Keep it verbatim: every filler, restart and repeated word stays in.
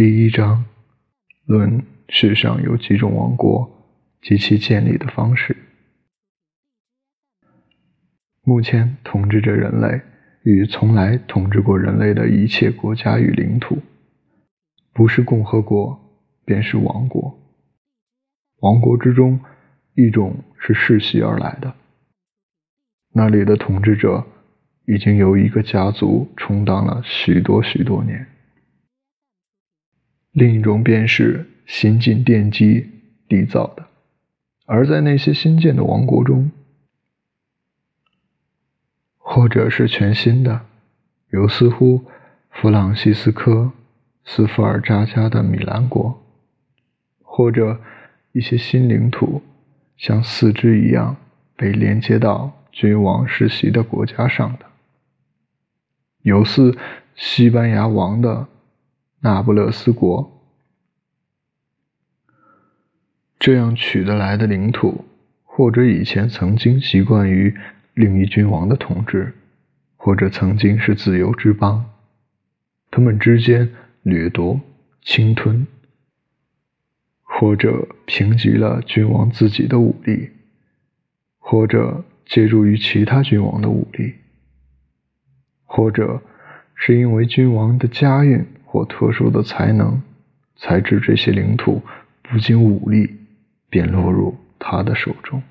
第一章，论世上有几种王国及其建立的方式。目前统治着人类与从来统治过人类的一切国家与领土，不是共和国便是王国。王国之中，一种是世袭而来的，那里的统治者已经由一个家族充当了许多许多年。另一种便是新近奠基缔造的，而在那些新建的王国中，或者是全新的，如似乎弗朗西斯科斯福尔扎加的米兰国，或者一些新领土像四肢一样被连接到君王世袭的国家上的，有似西班牙王的那不勒斯国。这样取得来的领土，或者以前曾经习惯于另一君王的统治，或者曾经是自由之邦，他们之间掠夺、侵吞，或者凭藉了君王自己的武力，或者借助于其他君王的武力，或者是因为君王的家运或特殊的才能，才致这些领土不经武力便落入他的手中。